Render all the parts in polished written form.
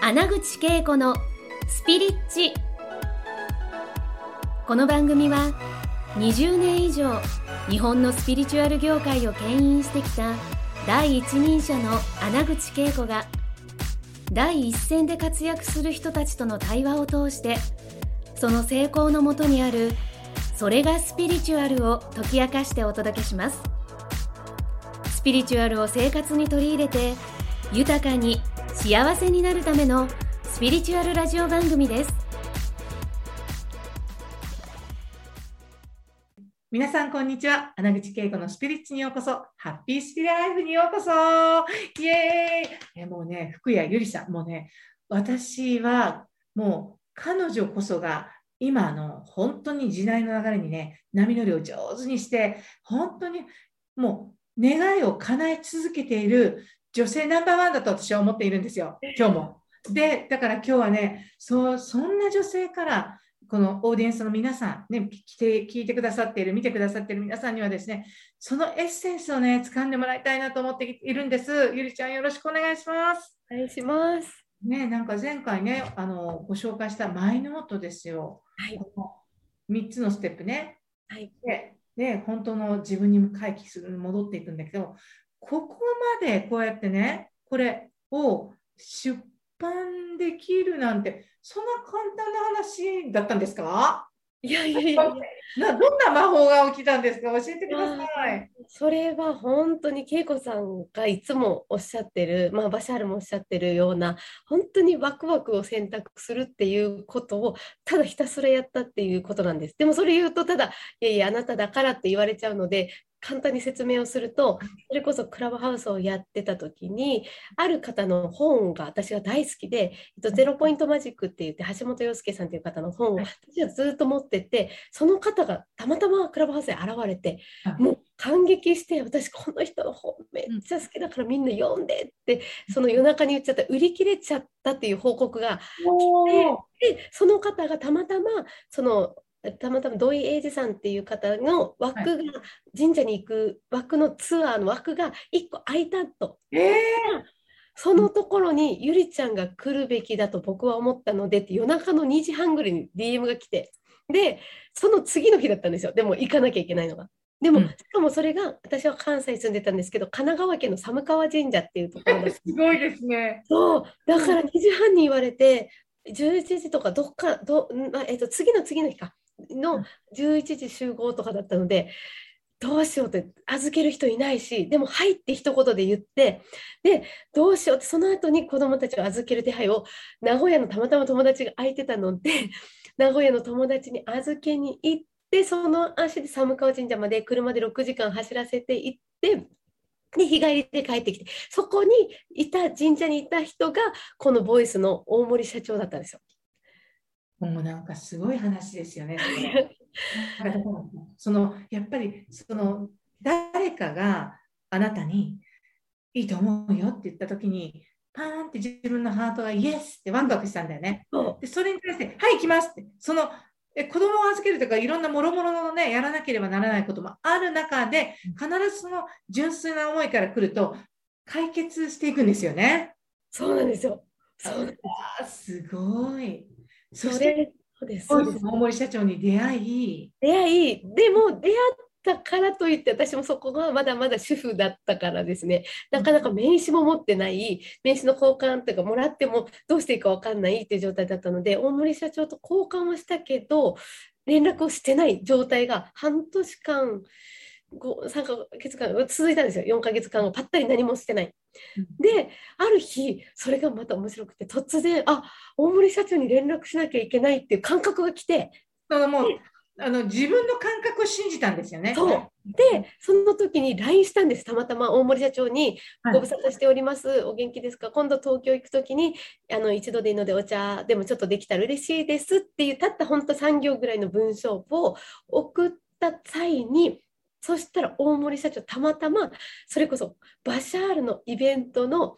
穴口恵子のスピリッチ。この番組は20年以上日本のスピリチュアル業界を牽引してきた第一人者の穴口恵子が第一線で活躍する人たちとの対話を通して、その成功のもとにあるそれがスピリチュアルを解き明かしてお届けします。スピリチュアルを生活に取り入れて豊かに幸せになるためのスピリチュアルラジオ番組です。 皆さんこんにちは。穴口恵子のスピリッツにようこそ。ハッピースピライフにようこそ。イエーイ。もうね、福谷ゆりさん、もうね、私はもう彼女こそが今の本当に時代の流れにね、波乗りを上手にして、本当にもう願いを叶え続けている女性ナンバーワンだと私は思っているんですよ、今日も。で、だから今日はね、そんな女性から、このオーディエンスの皆さん、ね、聞いてくださっている、見てくださっている皆さんにはですね、そのエッセンスをね、掴んでもらいたいなと思っているんです。ゆりちゃん、よろしくお願いします。 お願いします。 ね、なんか前回ね、ご紹介したマイノートですよ。 はい。 この3つのステップね。 はい。 で、本当の自分に回帰する、戻っていくんだけど、ここまでこうやってね、これを出版できるなんて、そんな簡単な話だったんですか？ いやいやいやいや。 どんな魔法が起きたんですか？教えてください。 それは本当に恵子さんがいつもおっしゃってる、バシャールもおっしゃってるような、本当にワクワクを選択するっていうことをただひたすらやったっていうことなんです。でもそれ言うとただいやいやあなただからって言われちゃうので、簡単に説明をすると、それこそクラブハウスをやってた時にある方の本が私が大好きで、ゼロポイントマジックって言って橋本洋介さんという方の本を私はずっと持ってて、その方がたまたまクラブハウスで現れて、もう感激して、私この人の本めっちゃ好きだからみんな読んでって、その夜中に言っちゃった、売り切れちゃったっていう報告が来て、でその方がたまたま土井英二さんっていう方の枠が、神社に行く枠のツアーの枠が1個空いたと。そのところにゆりちゃんが来るべきだと僕は思ったのでって夜中の2時半ぐらいに DM が来て、でその次の日だったんですよ。でも行かなきゃいけないのが。でも、しかもそれが私は関西に住んでたんですけど、神奈川県の寒川神社っていうところすごいですね。 そうだから2時半に言われて、11時とか次の次の日かの11時集合とかだったので、どうしようって預ける人いないし、でも入って一言で言って、でどうしようって、その後に子どもたちを預ける手配を、名古屋のたまたま友達が空いてたので名古屋の友達に預けに行って、その足で寒川神社まで車で6時間走らせて行って、で日帰りで帰ってきて、そこにいた神社にいた人がこのボイスの大森社長だったんですよ。 もうなんかすごい話ですよね。やっぱり誰かがあなたにいいと思うよって言った時に、パーンって自分のハートがイエスってワクワクしたんだよね。でそれに対してはい行きますって、子供を預けるとかいろんなもろもろのねやらなければならないこともある中で、必ずその純粋な思いから来ると解決していくんですよね。 そうなんですよ。 すごい。 そして大森社長に出会い、 でも出会ったからといって、私もそこがまだまだ主婦だったからですね、なかなか名刺も持ってない、名刺の交換というかもらってもどうしていいか分かんないっていう状態だったので、大森社長と交換をしたけど連絡をしてない状態が半年間3ヶ月間続いたんですよ。4ヶ月間ぱったり何もしてない。である日それがまた面白くて、突然大森社長に連絡しなきゃいけないっていう感覚が来て、 もう自分の感覚を信じたんですよね。 そうでその時に LINE したんです。たまたま大森社長にご無沙汰しております、お元気ですか、今度東京行く時に一度でいいのでお茶でもちょっとできたら嬉しいですっていうたった本当3行ぐらいの文章を送った際に、そしたら大森社長たまたまそれこそバシャールのイベントの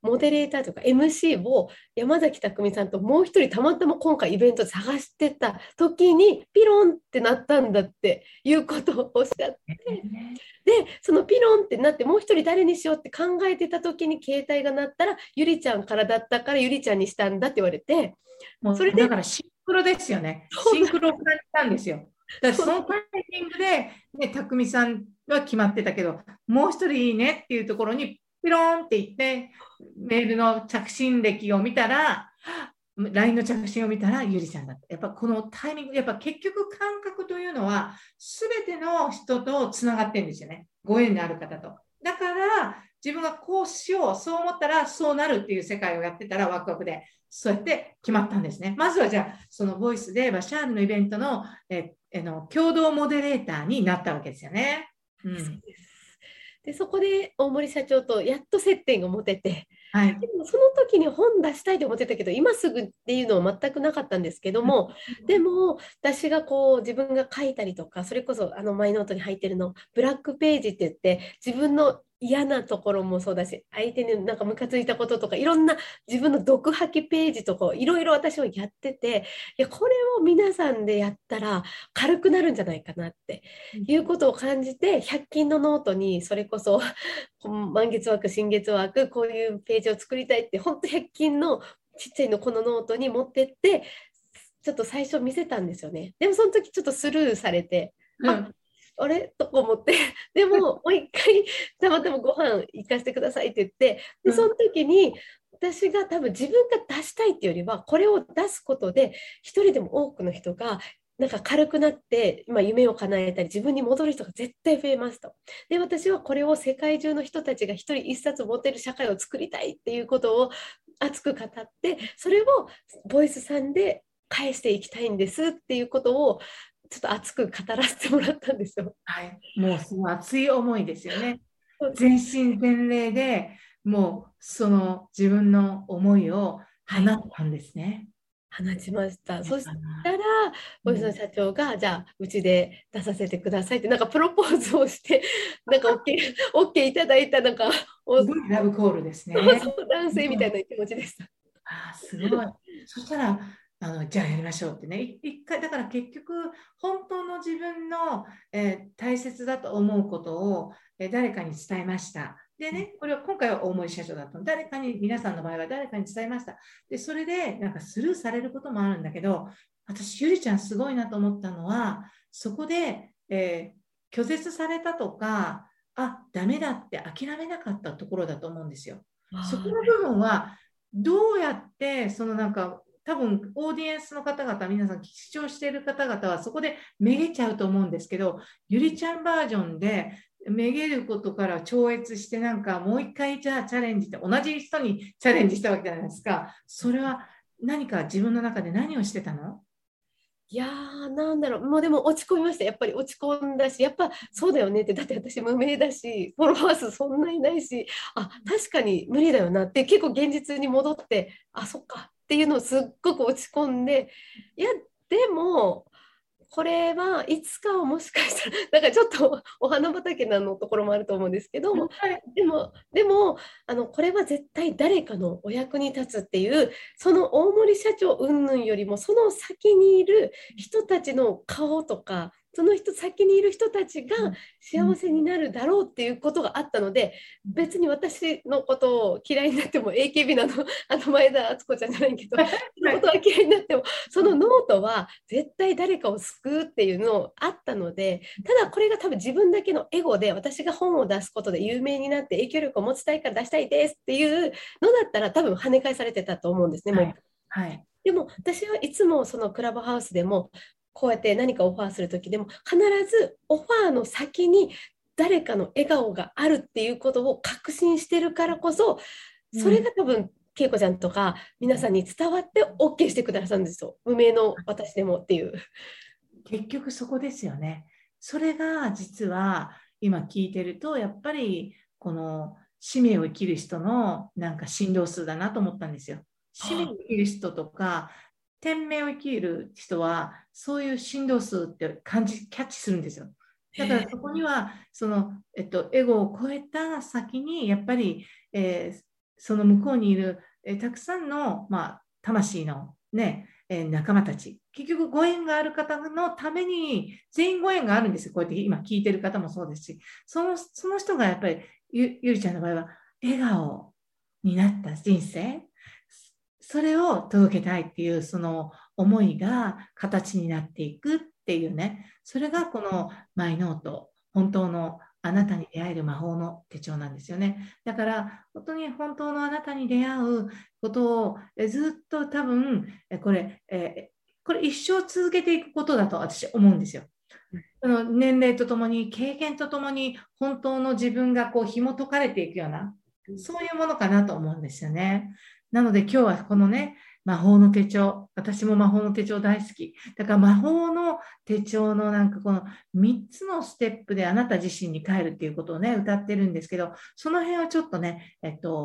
モデレーターとか MC を山崎匠さんともう一人たまたま今回イベントで探してた時にピロンってなったんだっていうことをおっしゃって、でそのピロンってなってもう一人誰にしようって考えてた時に携帯が鳴ったらゆりちゃんからだったからゆりちゃんにしたんだって言われて、 もうそれでだからシンクロですよね。シンクロを感じたんですよ。だからそのタイミングで、ね、匠さんは決まってたけど、もう一人いいねっていうところにピローンって言って、メールの着信歴を見たら、LINE の着信を見たらゆりちゃんだった。やっぱこのタイミング、やっぱ結局感覚というのは、すべての人とつながってるんですよね。ご縁のある方と。だから、自分がこうしよう、そう思ったらそうなるっていう世界をやってたらワクワクで、そうやって決まったんですね。まずはじゃあ、そのボイスでバシャールのイベントの共同モデレーターになったわけですよね。 そうです。で、そこで大森社長とやっと接点が持てて、 はい、 でもその時に本出したいと思ってたけど、今すぐっていうのは全くなかったんですけども、でも私がこう自分が書いたりとか、それこそマイノートに入ってるの、ブラックページって言って、自分の嫌なところもそうだし、相手になんかムカついたこととか、いろんな自分の毒吐きページとかいろいろ私はやってて、いや、これを皆さんでやったら軽くなるんじゃないかなっていうことを感じて、100均のノートにそれこそ満月枠、新月枠、こういうページを作りたいって、本当100均のちっちゃいのこのノートに持ってって、ちょっと最初見せたんですよね。でもその時ちょっとスルーされて、あれとか思って、でももう一回たまたまご飯行かせてくださいって言って、でその時に私が多分自分が出したいっていうよりは、これを出すことで一人でも多くの人がなんか軽くなって今夢を叶えたり自分に戻る人が絶対増えますと。で私はこれを世界中の人たちが一人一冊持てる社会を作りたいっていうことを熱く語って、それをボイスさんで返していきたいんですっていうことをちょっと熱く語らせてもらったんですよ。 はい、もうその熱い思いですよね。全身全霊でもうその自分の思いを放ったんですね。 放ちました。そしたら、ボイスの社長が、じゃあ、うちで出させてくださいって、なんかプロポーズをして、なんか OK いただいた、なんか、 すごいラブコールですね。 男性みたいな気持ちでした。 すごい。そしたら、じゃあやりましょうってね。一回、だから結局、本当の自分の、大切だと思うことを、誰かに伝えました。でね、これは今回は大森社長だったの。誰かに、皆さんの場合は誰かに伝えました。で、それで、なんかスルーされることもあるんだけど、私、ゆりちゃんすごいなと思ったのは、そこで、拒絶されたとか、ダメだって諦めなかったところだと思うんですよ。そこの部分は、どうやって、そのなんか、多分オーディエンスの方々、皆さん視聴している方々はそこでめげちゃうと思うんですけど、ゆりちゃんバージョンでめげることから超越して、なんかもう一回じゃあチャレンジって、同じ人にチャレンジしたわけじゃないですか。それは何か自分の中で何をしてたの？ いやー、なんだろう、もうでも落ち込みました。やっぱり落ち込んだし、やっぱそうだよねって、だって私無名だし、フォロワー数そんなにないし、確かに無理だよなって、結構現実に戻って、そっかっていうのをすっごく落ち込んで、いや、でも、これはいつかはもしかしたら、なんかちょっとお花畑なのところもあると思うんですけど、でもこれは絶対誰かのお役に立つっていう、その大森社長云々よりも、その先にいる人たちの顔とか、その先にいる人たちが幸せになるだろうっていうことがあったので、別に私のことを嫌いになっても、AKB の前田敦子ちゃんじゃないけど、そのことは嫌いになっても、そのノートは絶対誰かを救うっていうのあったので、ただこれが多分自分だけのエゴで、私が本を出すことで有名になって影響力を持ちたいから出したいですっていうのだったら、多分跳ね返されてたと思うんですね。 はい。 でも私はいつもそのクラブハウスでも、こうやって何かオファーするときでも、必ずオファーの先に誰かの笑顔があるっていうことを確信してるからこそ、それが多分、恵子ちゃんとか皆さんに伝わって OK してくださるんですよ。無名の私でもっていう。 結局そこですよね。それが実は今聞いてると、やっぱりこの使命を生きる人のなんか振動数だなと思ったんですよ。使命を生きる人とか、天命を生きる人は、そういう振動数ってキャッチするんですよ。だからそこには、その、エゴを超えた先に、やっぱり、 その向こうにいる、たくさんの、魂の、ね、仲間たち、結局ご縁がある方のために全員ご縁があるんですよ。こうやって今聞いてる方もそうですし、その人がやっぱりゆりちゃんの場合は笑顔になった人生、それを届けたいっていうその思いが形になっていくっていうね、それがこのマイノート、本当のあなたに出会える魔法の手帳なんですよね。だから本当に本当のあなたに出会うことをずっと多分これ一生続けていくことだと私思うんですよ。その年齢とともに経験とともに本当の自分がこう紐解かれていくような、そういうものかなと思うんですよね。なので今日はこのね、魔法の手帳、私も魔法の手帳大好き。だから魔法の手帳のなんかこの3つのステップであなた自身に帰るっていうことをね、歌ってるんですけど、その辺をちょっとね、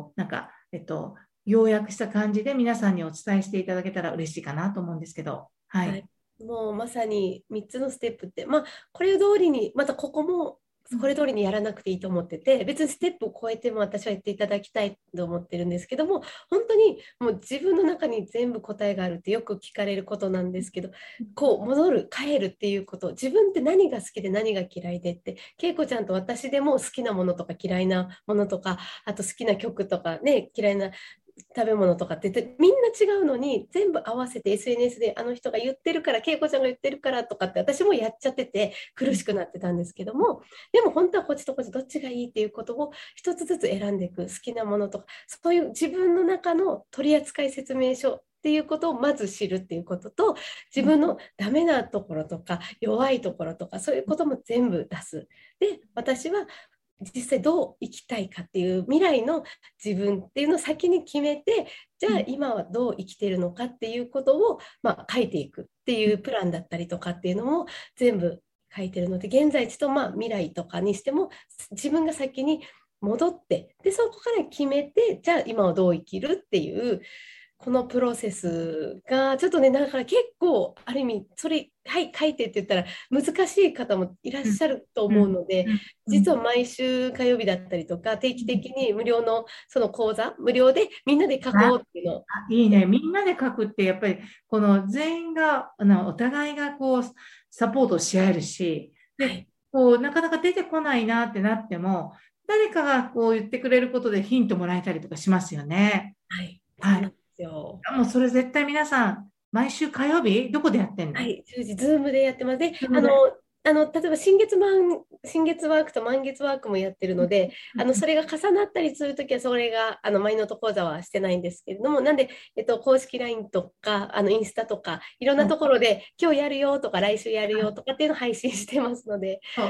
要約した感じで皆さんにお伝えしていただけたら嬉しいかなと思うんですけど、はい。 はい、もうまさに3つのステップって、まあ、これ通りに、またここもこれ通りにやらなくていいと思ってて、別にステップを超えても私は言っていただきたいと思ってるんですけども、本当にもう自分の中に全部答えがあるってよく聞かれることなんですけど、こう戻る、帰るっていうこと、自分って何が好きで何が嫌いでって、恵子ちゃんと私でも好きなものとか嫌いなものとか、あと好きな曲とかね、嫌いな食べ物とかってみんな違うのに全部合わせて SNS であの人が言ってるから恵子ちゃんが言ってるからとかって私もやっちゃってて苦しくなってたんですけども、でも本当はこっちとこっちどっちがいいっていうことを一つずつ選んでいく、好きなものとかそういう自分の中の取扱説明書っていうことをまず知るっていうことと、自分のダメなところとか弱いところとかそういうことも全部出す。で、私は実際どう生きたいかっていう未来の自分っていうのを先に決めて、じゃあ今はどう生きているのかっていうことを、書いていくっていうプランだったりとかっていうのも全部書いてるので、現在地と未来とかにしても自分が先に戻って、でそこから決めて、じゃあ今はどう生きるっていうこのプロセスがちょっとね、だから結構ある意味それはい書いてって言ったら難しい方もいらっしゃると思うので、実は毎週火曜日だったりとか定期的に無料のその講座、無料でみんなで書こうっていうのを。 いいね。みんなで書くってやっぱりこの全員がお互いがこうサポートし合えるし、で、こうなかなか出てこないなってなっても誰かがこう言ってくれることでヒントもらえたりとかしますよね。 はい、 はい。 そうなんですよ。 もうそれ絶対皆さん毎週火曜日どこでやってんの？ はい、10時、ズームでやってます。で、例えば新月ワークと満月ワークもやってるので、それが重なったりするときは、それが、マイノート講座はしてないんですけれども、なんで、公式 LINE とか、インスタとか、いろんなところで、今日やるよとか、来週やるよとかっていうのを配信してますので、 そう、 はい、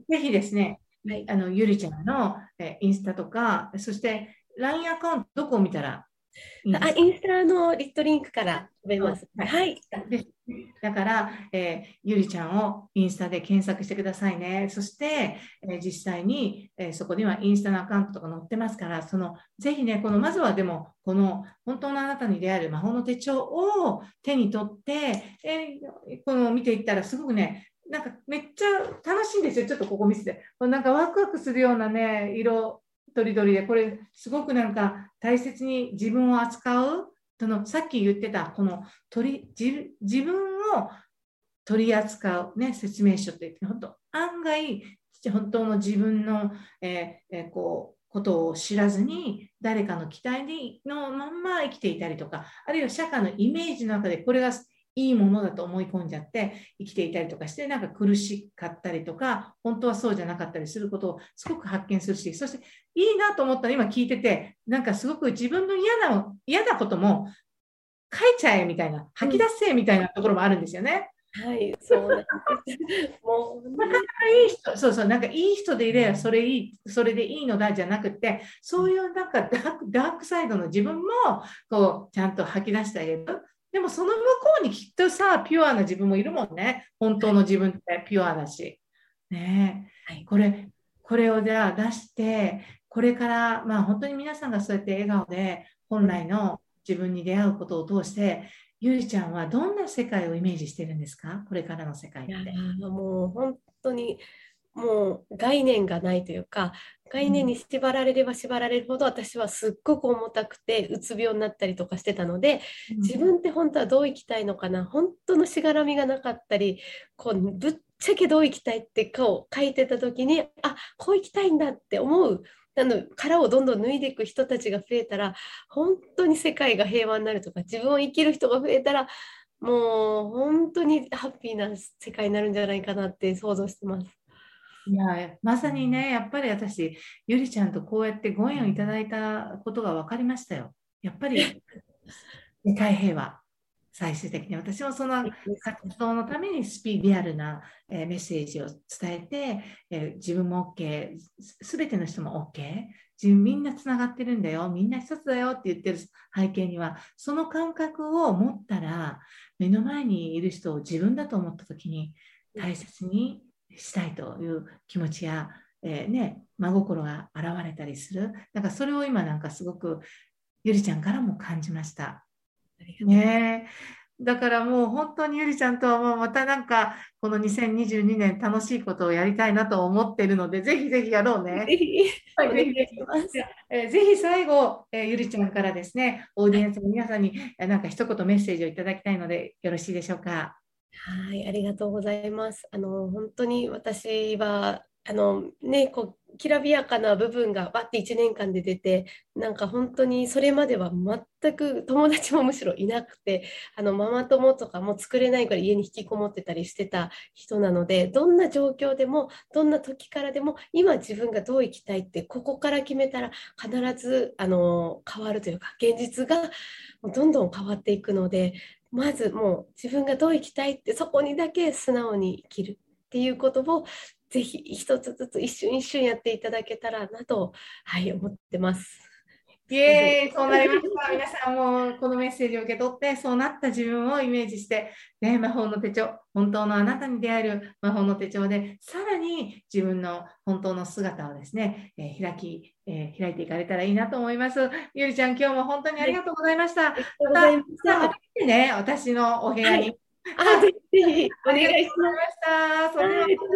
ぜひですね、 はい、 ゆりちゃんのインスタとか、そして LINE アカウントどこを見たらいいですか？ インスタのリットリンクから飛べます。はい。 だから、ゆりちゃんをインスタで検索してくださいね。そして、実際に、そこにはインスタのアカウントとか載ってますから、ぜひね、まずはでも、この本当のあなたに出会える魔法の手帳を手に取って、この見ていったらすごくね、なんかめっちゃ楽しいんですよ。ちょっとここ見せて。なんかワクワクするようなね、色とりどりで、これすごくなんか大切に自分を扱う、さっき言ってたこの自分を取り扱う、ね、説明書って言って、本当案外本当の自分の、ことを知らずに誰かの期待のまんま生きていたりとか、あるいは社会のイメージの中でこれがいいものだと思い込んじゃって生きていたりとかして、なんか苦しかったりとか本当はそうじゃなかったりすることをすごく発見するし、そしていいなと思ったら今聞いてて、なんかすごく自分の嫌なことも書いちゃえみたいな、吐き出せみたいなところもあるんですよね。 はい、そうなんです。もう、 なかなかいい人、そうそう、なんかいい人でいればそれでいいのだじゃなくて、そういうなんかダークサイドの自分もこうちゃんと吐き出してあげる。でもその向こうにきっとさ、ピュアな自分もいるもんね。本当の自分ってピュアだし。ねえ、はい、これをじゃあ出して、これから、本当に皆さんがそうやって笑顔で本来の自分に出会うことを通して、ゆりちゃんはどんな世界をイメージしてるんですか？これからの世界って。 もう本当にもう概念がないというか、概念に縛られれば縛られるほど私はすっごく重たくてうつ病になったりとかしてたので、自分って本当はどう生きたいのかな、本当のしがらみがなかったり、こうぶっちゃけどう生きたいって顔を書いてた時に、あ、こう生きたいんだって思う殻をどんどん脱いでいく人たちが増えたら、本当に世界が平和になるとか、自分を生きる人が増えたら、もう本当にハッピーな世界になるんじゃないかなって想像してます。 いや、まさにね、やっぱり私、ゆりちゃんとこうやってご縁をいただいたことが分かりましたよ。やっぱり世界平和、最終的に私もその活動のためにリアルなメッセージを伝えて、自分も OK、すべての人も OK、みんなつながってるんだよ、みんな一つだよって言ってる背景には、その感覚を持ったら、目の前にいる人を自分だと思ったときに大切にしたいという気持ちや、真心が現れたりする。なんかそれを今なんかすごくゆりちゃんからも感じました。ねえ、だからもう本当にゆりちゃんとはもうまたなんかこの2022年楽しいことをやりたいなと思ってるので、ぜひぜひやろうね。 ぜひはい、 お願いします。 ぜひ最後、ゆりちゃんからですね、オーディエンスの皆さんになんか一言メッセージをいただきたいのでよろしいでしょうか。 はい、ありがとうございます。本当に私はこうきらびやかな部分がバッて1年間で出て、なんか本当にそれまでは全く友達もむしろいなくて、ママ友とかも作れないから家に引きこもってたりしてた人なので、どんな状況でもどんな時からでも今自分がどう生きたいってここから決めたら必ず変わるというか、現実がどんどん変わっていくので、まずもう自分がどう生きたいってそこにだけ素直に生きるっていうことをぜひ一つずつ一瞬一瞬やっていただけたらなと、はい、思ってます。 イエーイ、そうなりました。皆さんもこのメッセージを受け取って、そうなった自分をイメージして、ね、魔法の手帳、本当のあなたに出会える魔法の手帳で、さらに自分の本当の姿をですね、開いていかれたらいいなと思います。ゆりちゃん、今日も本当にありがとうございました。また来てね、私のお部屋に。 はい、ぜひお願いしました。それではまた。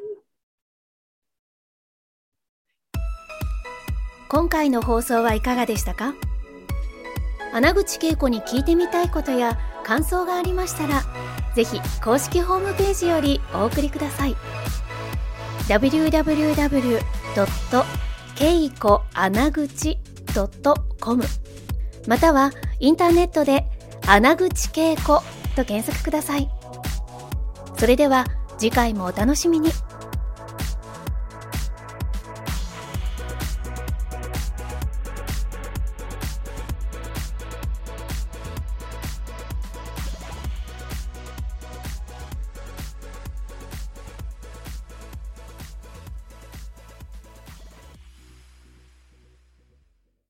今回の放送はいかがでしたか？穴口恵子に聞いてみたいことや感想がありましたら、ぜひ公式ホームページよりお送りください。www.keikoanaguchi.com またはインターネットで穴口恵子と検索ください。それでは次回もお楽しみに。